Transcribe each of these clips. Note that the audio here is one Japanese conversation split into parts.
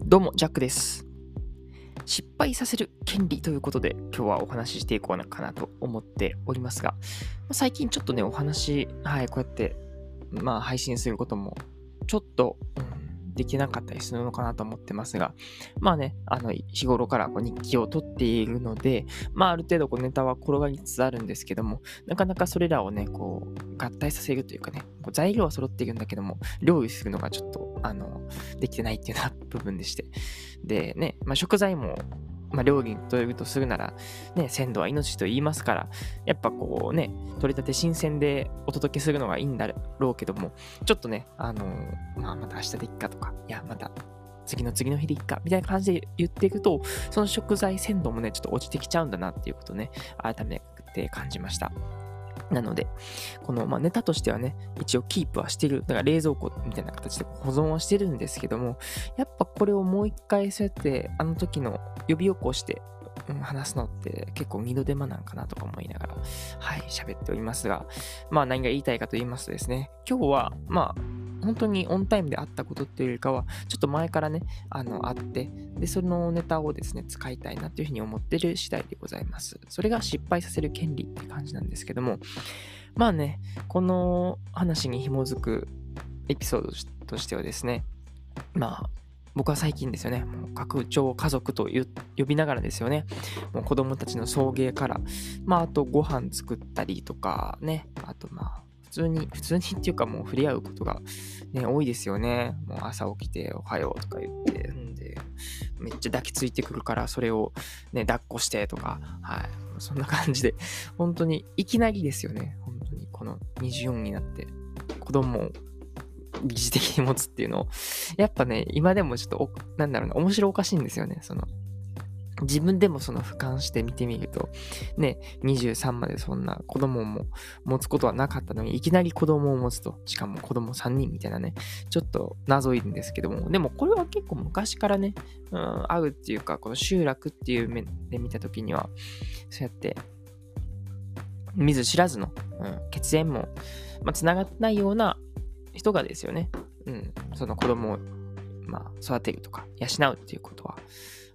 どうも、ジャックです。失敗させる権利ということで、今日はお話ししていこうかなと思っておりますが、最近ちょっとね、お話、こうやって、配信することも、ちょっと、できなかったりするのかなと思ってますが、日頃から日記を取っているので、ある程度ネタは転がりつつあるんですけども、なかなかそれらをね、合体させるというかね、材料は揃っているんだけども、料理するのがちょっと、できてないっていうような部分でして。でね、食材も、料理に取れるとするなら、ね、鮮度は命と言いますから、やっぱ取れたて新鮮でお届けするのがいいんだろうけども、ちょっとね、また明日でいっかとか、いや、また次の次の日でいっか、みたいな感じで言っていくと、その食材鮮度もね、ちょっと落ちてきちゃうんだなっていうことをね、改めて感じました。なので、ネタとしてはね、一応キープはしてる。だから冷蔵庫みたいな形で保存はしてるんですけども、やっぱこれをもう一回そうやって、あの時の呼び起こして、話すのって結構二度手間なんかなとか思いながら、喋っておりますが、何が言いたいかと言いますとですね、今日は、本当にオンタイムであったことっていうよりかは、ちょっと前からね、あって、で、そのネタをですね、使いたいなというふうに思っている次第でございます。それが失敗させる権利って感じなんですけども、この話に紐づくエピソードとしてはですね、僕は最近ですよね、もう拡張家族と呼びながらですよね、もう子供たちの送迎から、あとご飯作ったりとかね、あと普通にっていうかもう触れ合うことがね、多いですよね。もう朝起きておはようとか言って、で、めっちゃ抱きついてくるからそれをね、抱っこしてとか、そんな感じで、本当にいきなりですよね。本当にこの24になって子供を疑似的に持つっていうのを、やっぱね、今でもちょっと面白おかしいんですよね。自分でも俯瞰して見てみると、ね、23までそんな子供も持つことはなかったのに、いきなり子供を持つと、しかも子供3人みたいなね、ちょっと謎いんですけども、でもこれは結構昔からね、合うっていうか、この集落っていう面で見たときには、そうやって、見ず知らずの、血縁も、繋がってないような人がですよね、その子供を、育てるとか、養うっていうことは、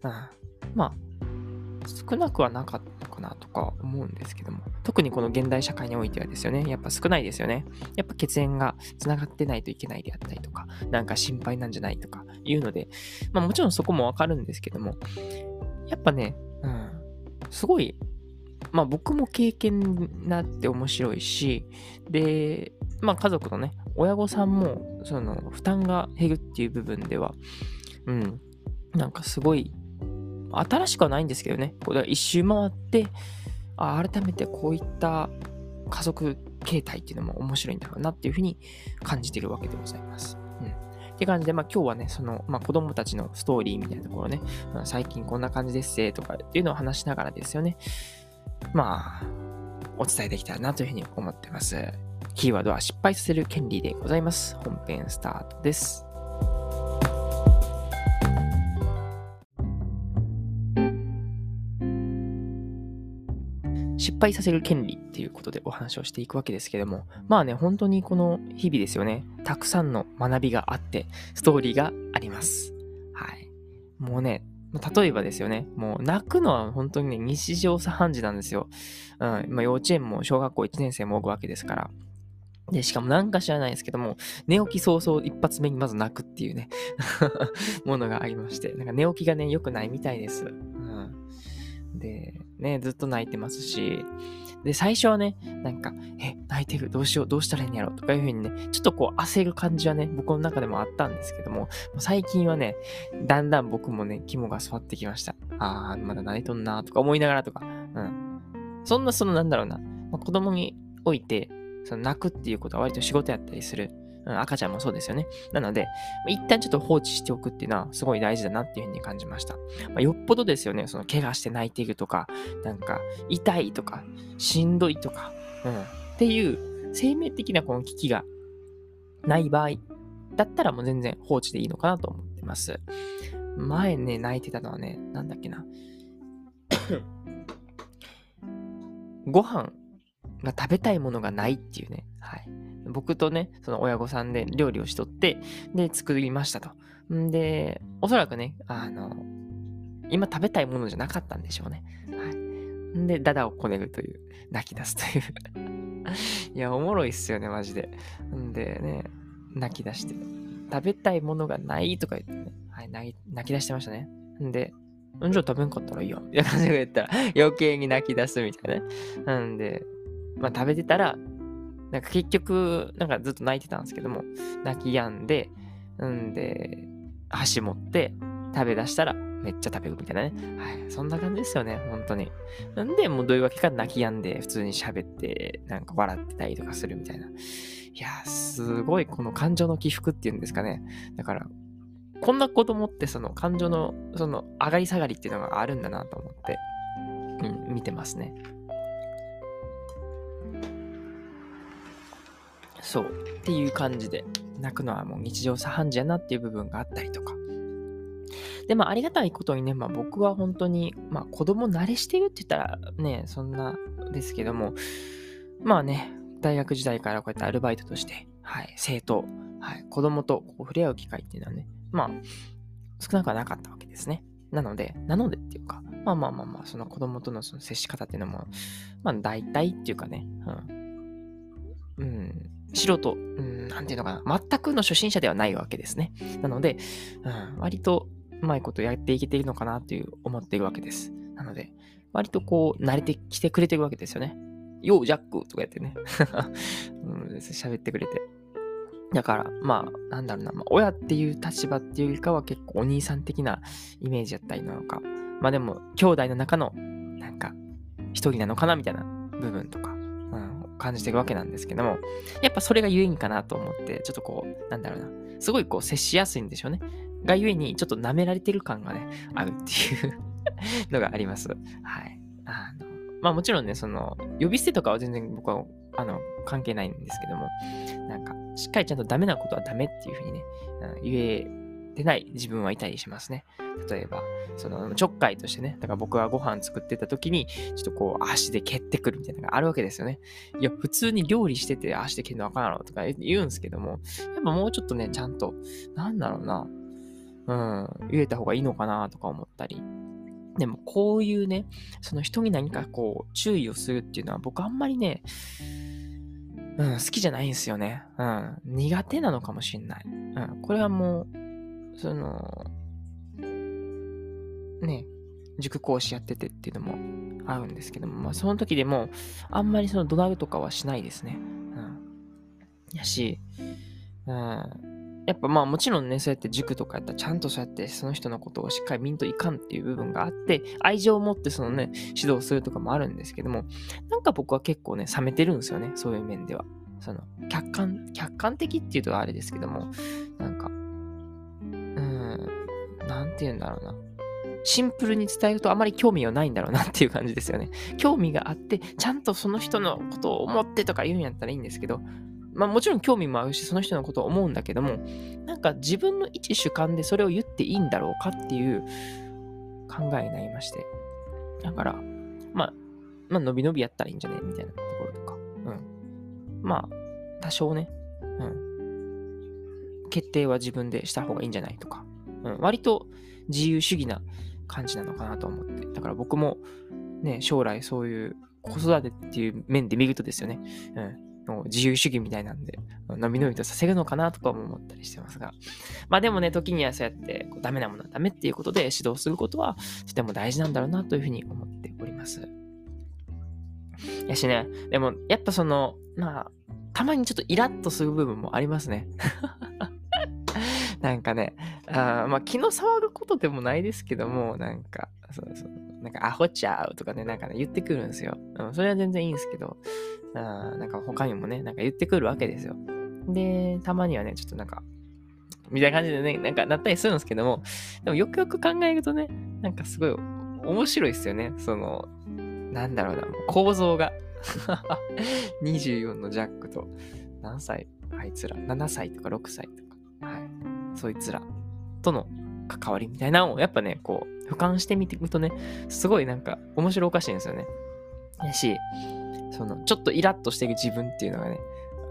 少なくはなかったのかなとか思うんですけども、特にこの現代社会においてはですよね、やっぱ少ないですよね。やっぱ血縁が繋がってないといけないであったりとか、なんか心配なんじゃないとかいうので、もちろんそこもわかるんですけども、やっぱね、すごい、僕も経験になって面白いし、で、家族のね、親御さんも、負担が減るっていう部分では、なんかすごい、新しくはないんですけどね、これは一周回って、改めてこういった家族形態っていうのも面白いんだろうなっていうふうに感じているわけでございます。って感じで、今日はね、子供たちのストーリーみたいなところね、最近こんな感じですとかっていうのを話しながらですよね、お伝えできたらなというふうに思ってます。キーワードは失敗させる権利でございます。本編スタートです。失敗させる権利っていうことでお話をしていくわけですけども、本当にこの日々ですよね、たくさんの学びがあって、ストーリーがあります。もうね、例えばですよね、もう泣くのは本当にね、日常茶飯事なんですよ。幼稚園も小学校1年生も置くわけですから。で、しかもなんか知らないですけども、寝起き早々一発目にまず泣くっていうね、ものがありまして、なんか寝起きがね、良くないみたいです。で、ね、ずっと泣いてますし、で、最初はね、泣いてる、どうしよう、どうしたらいいんやろとかいう風にね、ちょっと焦る感じはね、僕の中でもあったんですけども、最近はね、だんだん僕もね、肝が据わってきました。まだ泣いとんなとか思いながらとか、子供において、泣くっていうことは割と仕事やったりする。赤ちゃんもそうですよね。なので、一旦ちょっと放置しておくっていうのはすごい大事だなっていうふうに感じました。よっぽどですよね、怪我して泣いているとか、痛いとか、しんどいとか、っていう生命的なこの危機がない場合だったらもう全然放置でいいのかなと思ってます。前ね、泣いてたのはね、なんだっけな。ご飯が食べたいものがないっていうね。 僕とね、その親御さんで料理をしとって、で、作りましたと。んで、おそらくね、今食べたいものじゃなかったんでしょうね。はい。んで、ダダをこねるという、泣き出すといういや、おもろいっすよね、マジで。んでね、泣き出して、食べたいものがないとか言ってね、はい、泣き出してましたね。んで、じゃあ食べんかったらいいやん。みたいな感じで言ったら、余計に泣き出すみたいなね。なんで、まあ食べてたら、なんか結局、なんかずっと泣いてたんですけども、泣き止んで、んで、箸持って食べ出したらめっちゃ食べるみたいなね。はい。そんな感じですよね、本当に。なんで、もうどういうわけか泣き止んで普通に喋って、なんか笑ってたりとかするみたいな。いやー、すごいこの感情の起伏っていうんですかね。だから、こんな子供ってその感情のその上がり下がりっていうのがあるんだなと思って、見てますね。そう。っていう感じで、泣くのはもう日常茶飯事やなっていう部分があったりとか。で、まあ、ありがたいことにね、まあ僕は本当に、まあ子供慣れしてるって言ったらね、そんなですけども、まあね、大学時代からこうやってアルバイトとして、はい、生徒、はい、子供とこう触れ合う機会っていうのはね、まあ、少なくはなかったわけですね。なのでっていうか、まあ、その子供とのその接し方っていうのも、まあ大体っていうかね、素人、なんていうのかな、全くの初心者ではないわけですね。なので、割とうまいことやっていけているのかなという思っているわけです。なので、割とこう、慣れてきてくれてるわけですよね。よう、ジャックとかやってね。喋ってくれて。だから、まあ、なんだろうな、親っていう立場っていうよりかは結構お兄さん的なイメージやったりなのか。まあでも、兄弟の中の、なんか、一人なのかなみたいな部分とか、感じてるわけなんですけども、やっぱそれがゆえにかなと思って、ちょっとこう、なんだろうな、すごいこう接しやすいんでしょうね。がゆえに、ちょっと舐められてる感がね、あるっていうのがあります。はい。まあもちろんね、その、呼び捨てとかは全然僕は、関係ないんですけども、なんか、しっかりちゃんとダメなことはダメっていうふうにね、言えてない自分はいたりしますね。例えば、その、ちょっかいとしてね、だから僕がご飯作ってた時に、ちょっとこう、足で蹴ってくるみたいなのがあるわけですよね。いや、普通に料理してて足で蹴るのわからんのとか言うんですけども、やっぱもうちょっとね、ちゃんと、なんだろうな、言えた方がいいのかなとか思ったり。でも、こういうね、その人に何かこう、注意をするっていうのは僕あんまりね、好きじゃないんですよね。苦手なのかもしんない。これはもう、その、ね、塾講師やっててっていうのもあるんですけども、まあその時でも、あんまりその怒鳴るとかはしないですね。やし、やっぱまあもちろんね、そうやって塾とかやったらちゃんとそうやってその人のことをしっかり見んといかんっていう部分があって、愛情を持ってそのね、指導するとかもあるんですけども、なんか僕は結構ね、冷めてるんですよね、そういう面では。その、客観的っていうとあれですけども、なんか、なんて言うんだろうな。シンプルに伝えるとあまり興味はないんだろうなっていう感じですよね。興味があって、ちゃんとその人のことを思ってとか言うんやったらいいんですけど、まあもちろん興味もあるし、その人のことを思うんだけども、なんか自分の一主観でそれを言っていいんだろうかっていう考えになりまして。だから、まあ、伸び伸びやったらいいんじゃねみたいなところとか。まあ、多少ね、決定は自分でした方がいいんじゃないとか。割と自由主義な感じなのかなと思って。だから僕もね、将来そういう子育てっていう面で見るとですよね。もう自由主義みたいなんで、のびのびとさせるのかなとかも思ったりしてますが。まあでもね、時にはそうやってダメなものはダメっていうことで指導することはとても大事なんだろうなというふうに思っております。やしね、でもやっぱその、まあ、たまにちょっとイラッとする部分もありますね。なんかね、まあ気の騒ぐことでもないですけども、なんか、なんかアホちゃうとかね、なんかね、言ってくるんですよ。それは全然いいんですけど、なんか他にもね、なんか言ってくるわけですよ。で、たまにはね、ちょっとなんか、みたいな感じでね、なんかなったりするんですけども、でもよくよく考えるとね、なんかすごい面白いですよね。その、なんだろうな、構造が。24のジャックと、何歳あいつら、7歳とか6歳とか、そいつらとの関わりみたいなのをやっぱね、こう、俯瞰してみていくとね、すごいなんか面白おかしいんですよね。やし、その、ちょっとイラッとしてる自分っていうのがね、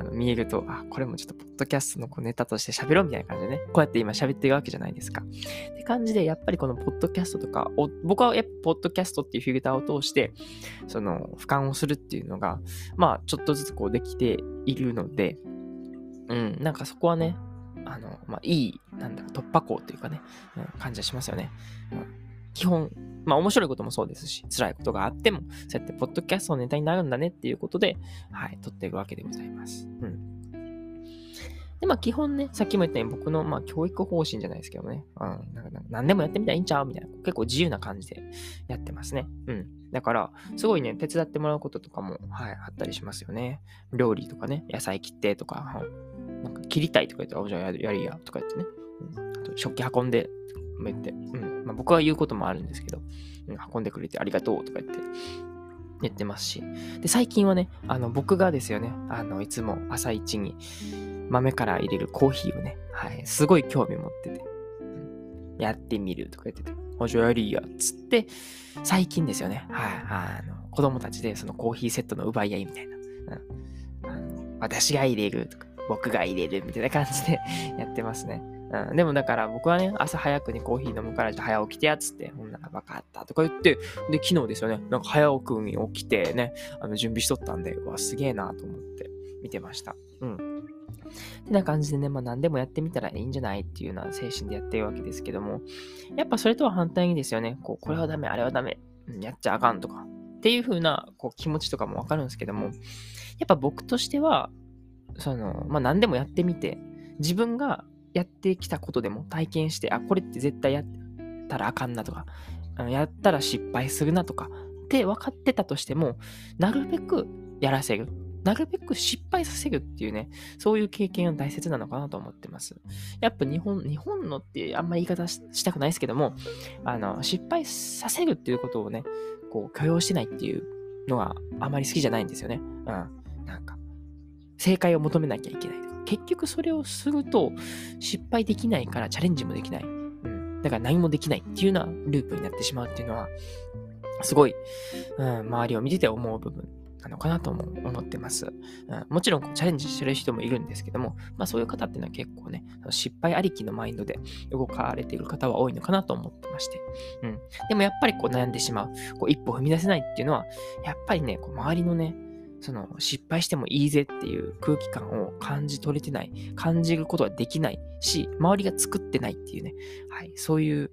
見えると、これもちょっとポッドキャストのネタとして喋ろうみたいな感じでね、こうやって今喋ってるわけじゃないですか。って感じで、やっぱりこのポッドキャストとかを、僕はやっぱポッドキャストっていうフィルターを通して、俯瞰をするっていうのが、ちょっとずつできているので、なんかそこはね、いい、突破口というかね、感じはしますよね。基本、面白いこともそうですし、辛いことがあっても、そうやってポッドキャストのネタになるんだねっていうことで、撮っているわけでございます。で、基本ね、さっきも言ったように僕の、教育方針じゃないですけどね、何でもやってみたらいいんちゃうみたいな、結構自由な感じでやってますね。だから、すごいね、手伝ってもらうこととかも、あったりしますよね。料理とかね、野菜切ってとか、切りたいとか言って、じゃあやりや、とか言ってね。あと、食器運んで、言って、僕は言うこともあるんですけど、運んでくれてありがとうとか言ってますし。で、最近はね、僕がですよね、いつも朝一に豆から入れるコーヒーをね、すごい興味持ってて、やってみるとか言ってて、じゃあやりや、つって、最近ですよね、子供たちでそのコーヒーセットの奪い合いみたいな、私が入れるとか、僕が入れるみたいな感じでやってますね。でもだから僕はね、朝早くにコーヒー飲むから早起きてやつって、ほんならバカったとか言って、で、昨日ですよね、なんか早くに起きてね、準備しとったんで、すげえなと思って見てました。ってな感じでね、何でもやってみたらいいんじゃないっていうような精神でやってるわけですけども、やっぱそれとは反対にですよね、これはダメ、あれはダメ、やっちゃあかんとか、っていう風な気持ちとかもわかるんですけども、やっぱ僕としては、何でもやってみて、自分がやってきたことでも体験して、これって絶対やったらあかんなとか、やったら失敗するなとかって分かってたとしても、なるべくやらせる。なるべく失敗させるっていうね、そういう経験が大切なのかなと思ってます。やっぱ日本のってあんまり言い方したくないですけども、失敗させるっていうことをね、許容してないっていうのがあまり好きじゃないんですよね。正解を求めなきゃいけない。結局それをすると失敗できないからチャレンジもできない。だから何もできないっていうようなループになってしまうっていうのは、すごい、周りを見てて思う部分なのかなとも思ってます。もちろんチャレンジしてる人もいるんですけども、そういう方っていうのは結構ね、失敗ありきのマインドで動かれている方は多いのかなと思ってまして。でもやっぱり悩んでしまう、一歩踏み出せないっていうのは、やっぱりね、周りのね、失敗してもいいぜっていう空気感を感じ取れてない、感じることはできないし、周りが作ってないっていうね、そういう、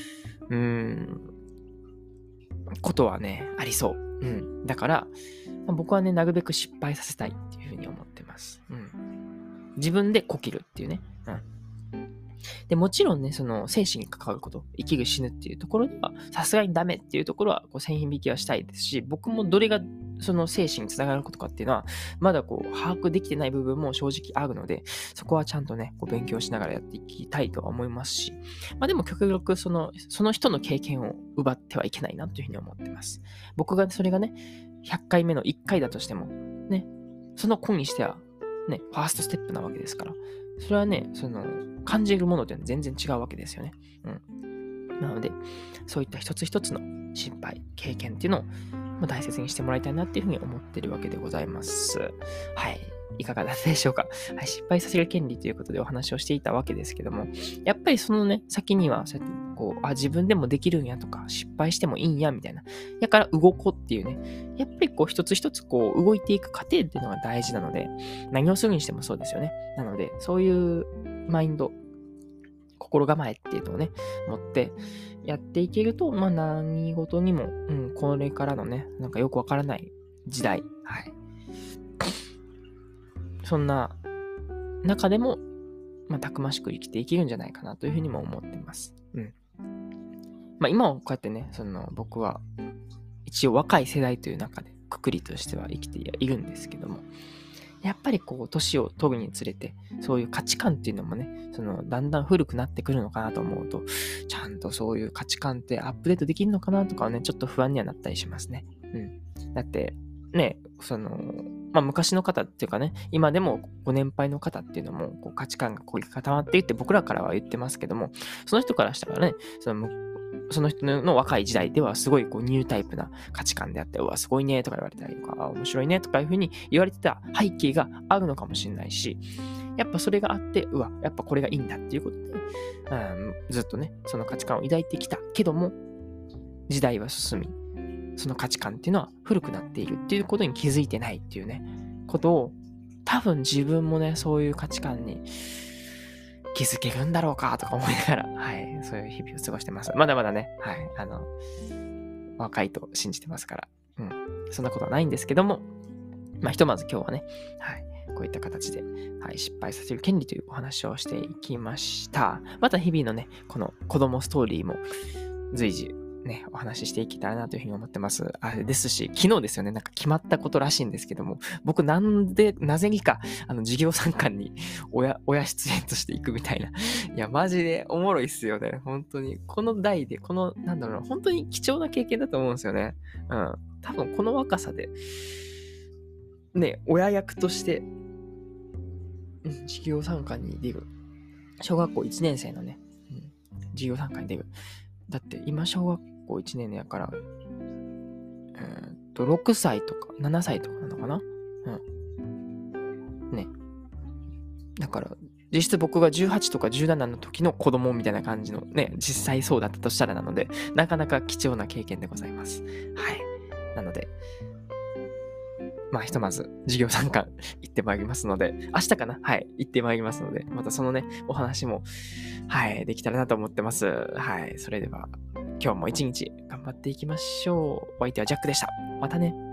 ことはね、ありそう。だから、僕はね、なるべく失敗させたいっていうふうに思ってます。自分でこきるっていうね。で、もちろんね、生死に関わること、生きる死ぬっていうところでは、さすがにダメっていうところは、線引きはしたいですし、僕もどれが生死につながることかっていうのは、まだ把握できてない部分も正直あるので、そこはちゃんとね、勉強しながらやっていきたいとは思いますし、でも極力その人の経験を奪ってはいけないなというふうに思ってます。僕がそれがね、100回目の1回だとしても、ね、その子にしては、ね、ファーストステップなわけですから、それはね、感じるものというのは全然違うわけですよね。なので、そういった一つ一つの失敗、経験っていうのを大切にしてもらいたいなっていうふうに思っているわけでございます。いかがだったでしょうか。失敗させる権利ということでお話をしていたわけですけども、やっぱり先には、そうやって自分でもできるんやとか、失敗してもいいんや、みたいな。だから動こうっていうね、やっぱり一つ一つ動いていく過程っていうのが大事なので、何をするにしてもそうですよね。なので、そういうマインド、心構えっていうのをね、持ってやっていけると、何事にも、これからのね、よくわからない時代、そんな中でも、たくましく生きていけるんじゃないかなというふうにも思っています。今はこうやってね、僕は一応若い世代という中でくくりとしては生きているんですけども、やっぱり年を取るにつれて、そういう価値観っていうのもね、だんだん古くなってくるのかなと思うと、ちゃんとそういう価値観ってアップデートできるのかなとかはね、ちょっと不安にはなったりしますね。だって、ね、 まあ昔の方っていうかね、今でもご年配の方っていうのもこう価値観がこう固まっていって僕らからは言ってますけども、その人からしたらね、その人の若い時代ではすごいこうニュータイプな価値観であって、うわ、すごいねとか言われたりとか、面白いねとかいうふうに言われてた背景があるのかもしれないし、やっぱそれがあって、うわ、やっぱこれがいいんだっていうことで、ずっとね、その価値観を抱いてきたけども、時代は進み、その価値観っていうのは古くなっているっていうことに気づいてないっていうね、ことを、多分自分もね、そういう価値観に気づけるんだろうかとか思いながら、はい、そういう日々を過ごしてます。まだまだね、はい、若いと信じてますから、そんなことはないんですけども、まあ、ひとまず今日はね、はい、こういった形で、はい、失敗させる権利というお話をしていきました。また日々のね、この子供ストーリーも随時ね、お話ししていけたらなというふうに思ってます。あれですし、昨日ですよね、なんか決まったことらしいんですけども、僕なぜにか、授業参観に親出演として行くみたいな。いや、マジでおもろいっすよね。本当に。この代で、なんだろうな、本当に貴重な経験だと思うんですよね。多分この若さで、ね、親役として、授業参観に出る。小学校1年生のね、授業参観に出る。だって今小学校1年やから、6歳とか7歳とかなのかな。ね。だから、実質僕が18とか17の時の子供みたいな感じのね、実際そうだったとしたらなので、なかなか貴重な経験でございます。はい。なので、まあひとまず授業参観行ってまいりますので、明日かな、はい、行ってまいりますので、またそのね、お話も、はい、できたらなと思ってます。はい、それでは今日も一日頑張っていきましょう。お相手はジャックでした。またね。